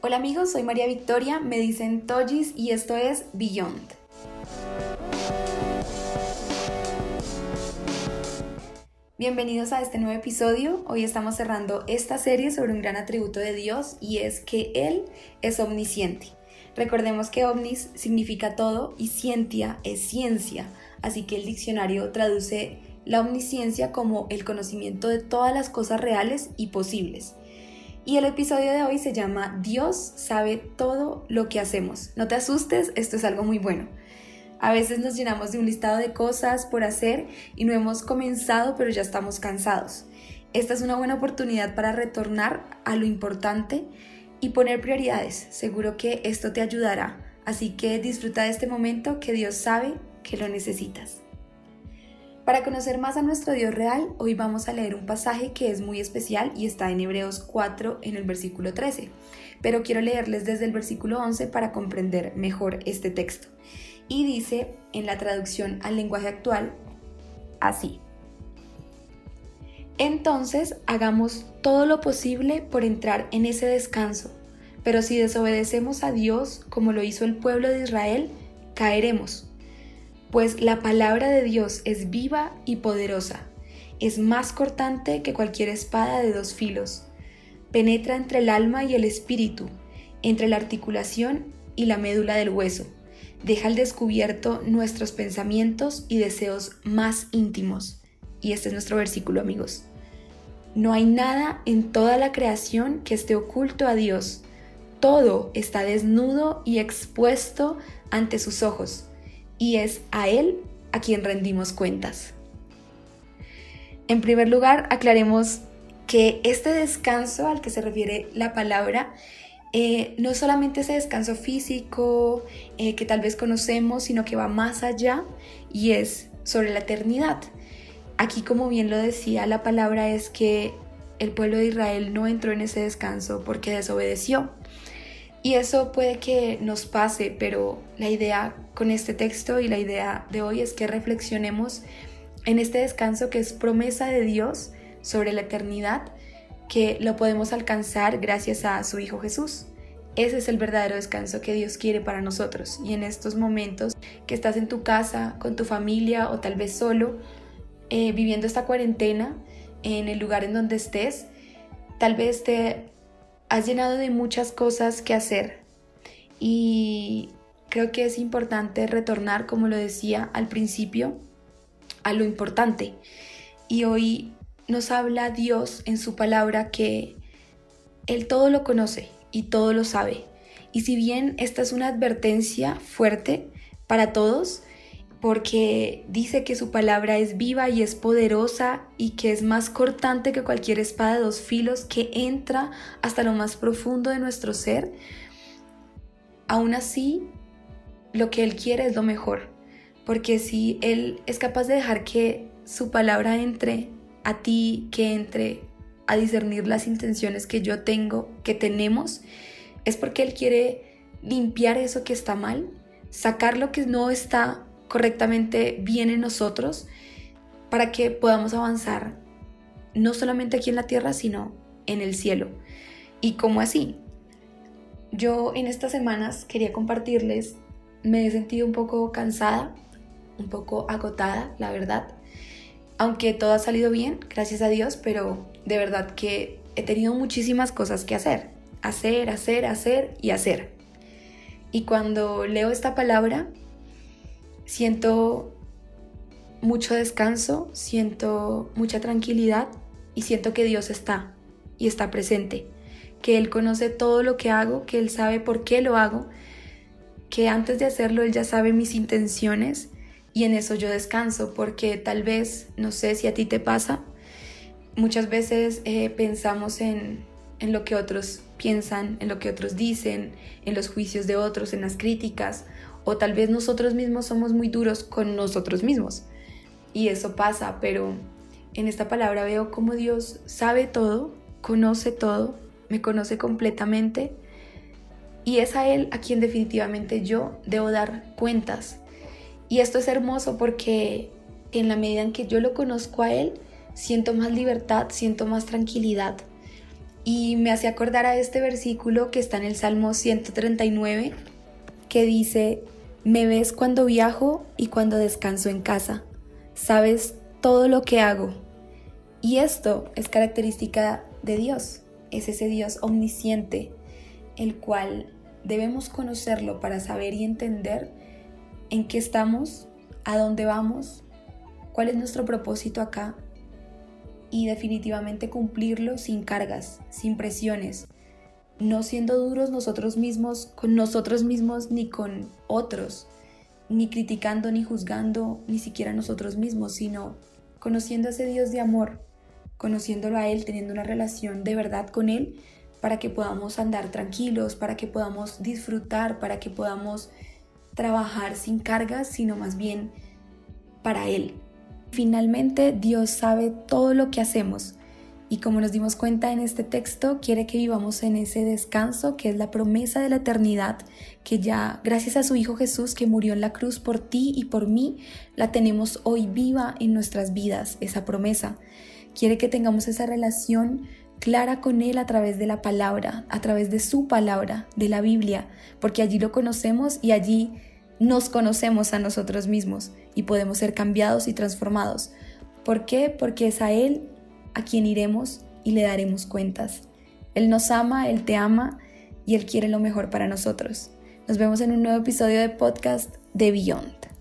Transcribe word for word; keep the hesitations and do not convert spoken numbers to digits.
Hola amigos, soy María Victoria, me dicen Tollis y esto es Beyond. Bienvenidos a este nuevo episodio. Hoy estamos cerrando esta serie sobre un gran atributo de Dios y es que Él es omnisciente. Recordemos que omnis significa todo y scientia es ciencia, así que el diccionario traduce la omnisciencia como el conocimiento de todas las cosas reales y posibles. Y el episodio de hoy se llama Dios sabe todo lo que hacemos. No te asustes, esto es algo muy bueno. A veces nos llenamos de un listado de cosas por hacer y no hemos comenzado, pero ya estamos cansados. Esta es una buena oportunidad para retornar a lo importante y poner prioridades. Seguro que esto te ayudará. Así que disfruta de este momento que Dios sabe que lo necesitas. Para conocer más a nuestro Dios real, hoy vamos a leer un pasaje que es muy especial y está en Hebreos cuatro en el versículo trece. Pero quiero leerles desde el versículo once para comprender mejor este texto. Y dice en la traducción al lenguaje actual así: entonces hagamos todo lo posible por entrar en ese descanso, pero si desobedecemos a Dios como lo hizo el pueblo de Israel, caeremos. Pues la palabra de Dios es viva y poderosa, es más cortante que cualquier espada de dos filos, penetra entre el alma y el espíritu, entre la articulación y la médula del hueso, deja al descubierto nuestros pensamientos y deseos más íntimos. Y este es nuestro versículo, amigos. No hay nada en toda la creación que esté oculto a Dios, todo está desnudo y expuesto ante sus ojos. Y es a Él a quien rendimos cuentas. En primer lugar, aclaremos que este descanso al que se refiere la palabra eh, no solamente ese descanso físico eh, que tal vez conocemos, sino que va más allá y es sobre la eternidad. Aquí, como bien lo decía la palabra, es que el pueblo de Israel no entró en ese descanso porque desobedeció. Y eso puede que nos pase, pero la idea con este texto y la idea de hoy es que reflexionemos en este descanso que es promesa de Dios sobre la eternidad, que lo podemos alcanzar gracias a su Hijo Jesús. Ese es el verdadero descanso que Dios quiere para nosotros. Y en estos momentos que estás en tu casa, con tu familia o tal vez solo, eh, viviendo esta cuarentena en el lugar en donde estés, tal vez te has llenado de muchas cosas que hacer y creo que es importante retornar, como lo decía al principio, a lo importante. Y hoy nos habla Dios en su palabra que Él todo lo conoce y todo lo sabe. Y si bien esta es una advertencia fuerte para todos, porque dice que su palabra es viva y es poderosa y que es más cortante que cualquier espada de dos filos, que entra hasta lo más profundo de nuestro ser, aún así lo que Él quiere es lo mejor, porque si Él es capaz de dejar que su palabra entre a ti, que entre a discernir las intenciones que yo tengo, que tenemos, es porque Él quiere limpiar eso que está mal, sacar lo que no está correctamente bien en nosotros para que podamos avanzar no solamente aquí en la tierra sino en el cielo. ¿Y cómo así? Yo en estas semanas quería compartirles, me he sentido un poco cansada, un poco agotada, la verdad, aunque todo ha salido bien, gracias a Dios, pero de verdad que he tenido muchísimas cosas que hacer, hacer, hacer, hacer y hacer. Y cuando leo esta palabra, siento mucho descanso, siento mucha tranquilidad y siento que Dios está y está presente, que Él conoce todo lo que hago, que Él sabe por qué lo hago, que antes de hacerlo Él ya sabe mis intenciones y en eso yo descanso, porque tal vez, no sé si a ti te pasa, muchas veces eh, pensamos en, en lo que otros piensan, en lo que otros dicen, en los juicios de otros, en las críticas, o tal vez nosotros mismos somos muy duros con nosotros mismos. Y eso pasa, pero en esta palabra veo cómo Dios sabe todo, conoce todo, me conoce completamente. Y es a Él a quien definitivamente yo debo dar cuentas. Y esto es hermoso porque en la medida en que yo lo conozco a Él, siento más libertad, siento más tranquilidad. Y me hace acordar a este versículo que está en el Salmo ciento treinta y nueve, que dice: me ves cuando viajo y cuando descanso en casa, sabes todo lo que hago. Y esto es característica de Dios, es ese Dios omnisciente, el cual debemos conocerlo para saber y entender en qué estamos, a dónde vamos, cuál es nuestro propósito acá, y definitivamente cumplirlo sin cargas, sin presiones, no siendo duros nosotros mismos con nosotros mismos ni con otros, ni criticando ni juzgando ni siquiera nosotros mismos, sino conociendo a ese Dios de amor, conociéndolo a Él, teniendo una relación de verdad con Él, para que podamos andar tranquilos, para que podamos disfrutar, para que podamos trabajar sin cargas, sino más bien para Él. Finalmente, Dios sabe todo lo que hacemos y, como nos dimos cuenta en este texto, quiere que vivamos en ese descanso que es la promesa de la eternidad, que ya gracias a su Hijo Jesús que murió en la cruz por ti y por mí, la tenemos hoy viva en nuestras vidas, esa promesa. Quiere que tengamos esa relación clara con Él a través de la palabra, a través de su palabra, de la Biblia, porque allí lo conocemos y allí nos conocemos a nosotros mismos y podemos ser cambiados y transformados. ¿Por qué? Porque es a Él a quien iremos y le daremos cuentas. Él nos ama, Él te ama y Él quiere lo mejor para nosotros. Nos vemos en un nuevo episodio de podcast de Beyond.